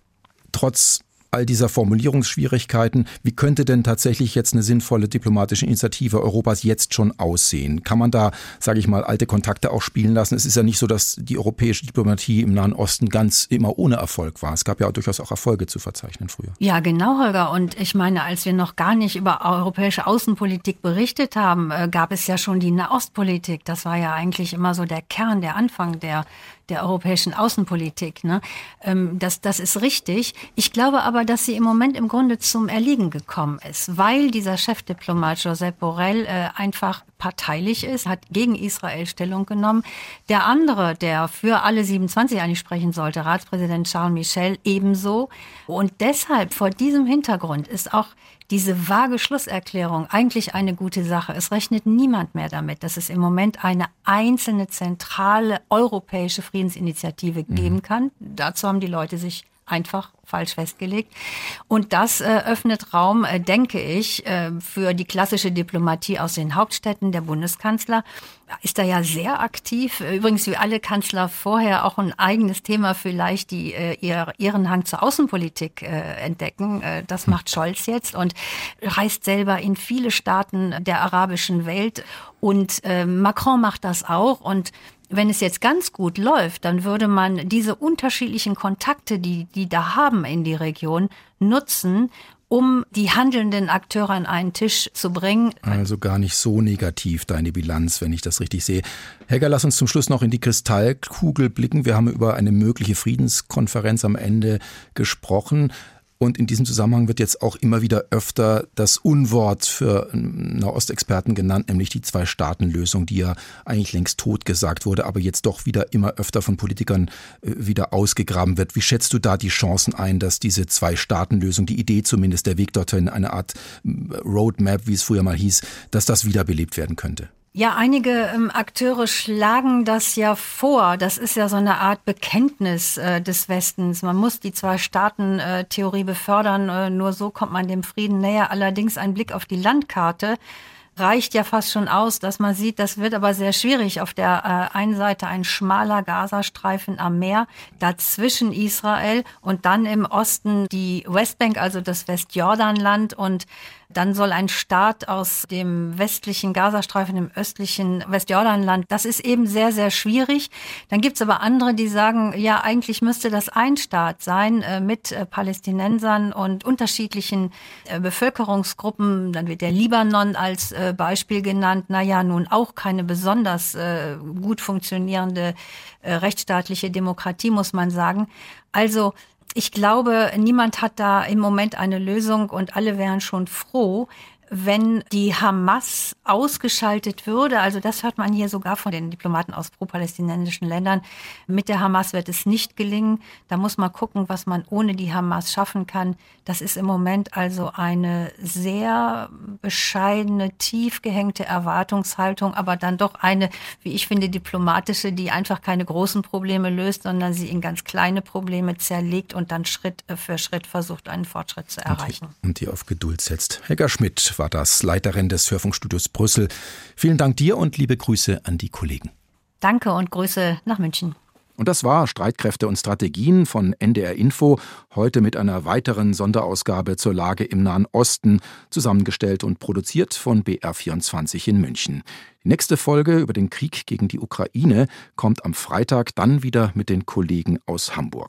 Trotz all dieser Formulierungsschwierigkeiten, wie könnte denn tatsächlich jetzt eine sinnvolle diplomatische Initiative Europas jetzt schon aussehen? Kann man da, sage ich mal, alte Kontakte auch spielen lassen? Es ist ja nicht so, dass die europäische Diplomatie im Nahen Osten ganz immer ohne Erfolg war. Es gab ja durchaus auch Erfolge zu verzeichnen früher. Ja, genau, Holger. Und ich meine, als wir noch gar nicht über europäische Außenpolitik berichtet haben, äh, gab es ja schon die Nahostpolitik. Das war ja eigentlich immer so der Kern, der Anfang der der europäischen Außenpolitik. Ne? Ähm, das, das ist richtig. Ich glaube aber, dass sie im Moment im Grunde zum Erliegen gekommen ist, weil dieser Chefdiplomat Josep Borrell äh, einfach parteilich ist, hat gegen Israel Stellung genommen. Der andere, der für alle siebenundzwanzig eigentlich sprechen sollte, Ratspräsident Charles Michel, ebenso. Und deshalb, vor diesem Hintergrund, ist auch diese vage Schlusserklärung eigentlich eine gute Sache. Es rechnet niemand mehr damit, dass es im Moment eine einzelne zentrale europäische Friedensinitiative mhm. geben kann. Dazu haben die Leute sich einfach falsch festgelegt. Und das äh, öffnet Raum, äh, denke ich, äh, für die klassische Diplomatie aus den Hauptstädten. Der Bundeskanzler ist da ja sehr aktiv. Übrigens, wie alle Kanzler vorher, auch ein eigenes Thema vielleicht, die äh, ihr, ihren Hang zur Außenpolitik äh, entdecken. Äh, das macht Scholz jetzt und reist selber in viele Staaten der arabischen Welt. Und äh, Macron macht das auch. Und wenn es jetzt ganz gut läuft, dann würde man diese unterschiedlichen Kontakte, die die da haben in die Region, nutzen, um die handelnden Akteure an einen Tisch zu bringen. Also gar nicht so negativ deine Bilanz, wenn ich das richtig sehe. Helga, lass uns zum Schluss noch in die Kristallkugel blicken. Wir haben über eine mögliche Friedenskonferenz am Ende gesprochen. Und in diesem Zusammenhang wird jetzt auch immer wieder öfter das Unwort für Nahostexperten genannt, nämlich die Zwei-Staaten-Lösung, die ja eigentlich längst totgesagt wurde, aber jetzt doch wieder immer öfter von Politikern wieder ausgegraben wird. Wie schätzt du da die Chancen ein, dass diese Zwei-Staaten-Lösung, die Idee zumindest, der Weg dorthin, eine Art Roadmap, wie es früher mal hieß, dass das wiederbelebt werden könnte? Ja, einige ähm, Akteure schlagen das ja vor. Das ist ja so eine Art Bekenntnis äh, des Westens. Man muss die Zwei-Staaten-Theorie befördern. Äh, nur so kommt man dem Frieden näher. Allerdings ein Blick auf die Landkarte reicht ja fast schon aus, dass man sieht, das wird aber sehr schwierig. Auf der äh, einen Seite ein schmaler Gazastreifen am Meer, dazwischen Israel und dann im Osten die Westbank, also das Westjordanland, und dann soll ein Staat aus dem westlichen Gazastreifen, dem östlichen Westjordanland, das ist eben sehr, sehr schwierig. Dann gibt's aber andere, die sagen, ja, eigentlich müsste das ein Staat sein äh, mit äh, Palästinensern und unterschiedlichen äh, Bevölkerungsgruppen. Dann wird der Libanon als äh, Beispiel genannt. Naja, nun auch keine besonders äh, gut funktionierende äh, rechtsstaatliche Demokratie, muss man sagen. Also ich glaube, niemand hat da im Moment eine Lösung und alle wären schon froh, wenn die Hamas ausgeschaltet würde. Also das hört man hier sogar von den Diplomaten aus pro-palästinensischen Ländern. Mit der Hamas wird es nicht gelingen. Da muss man gucken, was man ohne die Hamas schaffen kann. Das ist im Moment also eine sehr bescheidene, tief gehängte Erwartungshaltung, aber dann doch eine, wie ich finde, diplomatische, die einfach keine großen Probleme löst, sondern sie in ganz kleine Probleme zerlegt und dann Schritt für Schritt versucht, einen Fortschritt zu erreichen. Und die, und die auf Geduld setzt. Helga Schmidt war das, Leiterin des Hörfunkstudios Brüssel. Vielen Dank dir und liebe Grüße an die Kollegen. Danke und Grüße nach München. Und das war Streitkräfte und Strategien von N D R Info, heute mit einer weiteren Sonderausgabe zur Lage im Nahen Osten, zusammengestellt und produziert von B R vierundzwanzig in München. Die nächste Folge über den Krieg gegen die Ukraine kommt am Freitag, dann wieder mit den Kollegen aus Hamburg.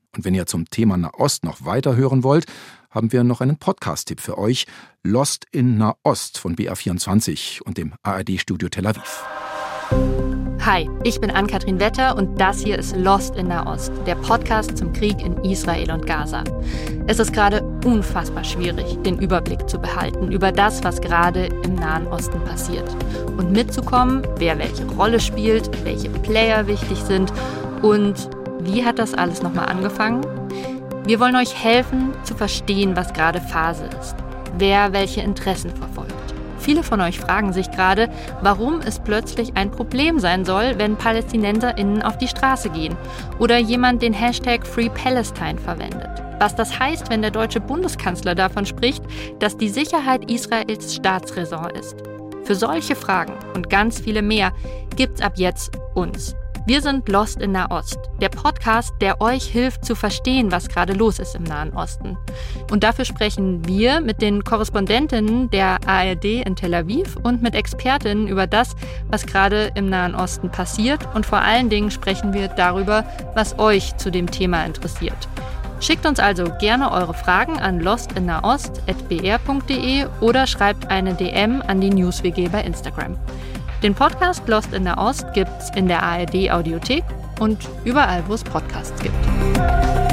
Und wenn ihr zum Thema Nahost noch weiter hören wollt, haben wir noch einen Podcast-Tipp für euch. Lost in Nahost von B R vierundzwanzig und dem A R D-Studio Tel Aviv. Hi, ich bin Ann-Kathrin Wetter und das hier ist Lost in Nahost, der Podcast zum Krieg in Israel und Gaza. Es ist gerade unfassbar schwierig, den Überblick zu behalten über das, was gerade im Nahen Osten passiert. Und mitzukommen, wer welche Rolle spielt, welche Player wichtig sind und wie hat das alles nochmal angefangen? Wir wollen euch helfen, zu verstehen, was gerade Phase ist, wer welche Interessen verfolgt. Viele von euch fragen sich gerade, warum es plötzlich ein Problem sein soll, wenn PalästinenserInnen auf die Straße gehen oder jemand den Hashtag Free Palestine verwendet. Was das heißt, wenn der deutsche Bundeskanzler davon spricht, dass die Sicherheit Israels Staatsräson ist. Für solche Fragen und ganz viele mehr gibt's ab jetzt uns. Wir sind Lost in Nahost, der Podcast, der euch hilft zu verstehen, was gerade los ist im Nahen Osten. Und dafür sprechen wir mit den Korrespondentinnen der A R D in Tel Aviv und mit Expertinnen über das, was gerade im Nahen Osten passiert. Und vor allen Dingen sprechen wir darüber, was euch zu dem Thema interessiert. Schickt uns also gerne eure Fragen an lostinnahost at b r punkt d e oder schreibt eine D M an die News W G bei Instagram. Den Podcast Lost in Nahost gibt's in der A R D Audiothek und überall, wo es Podcasts gibt.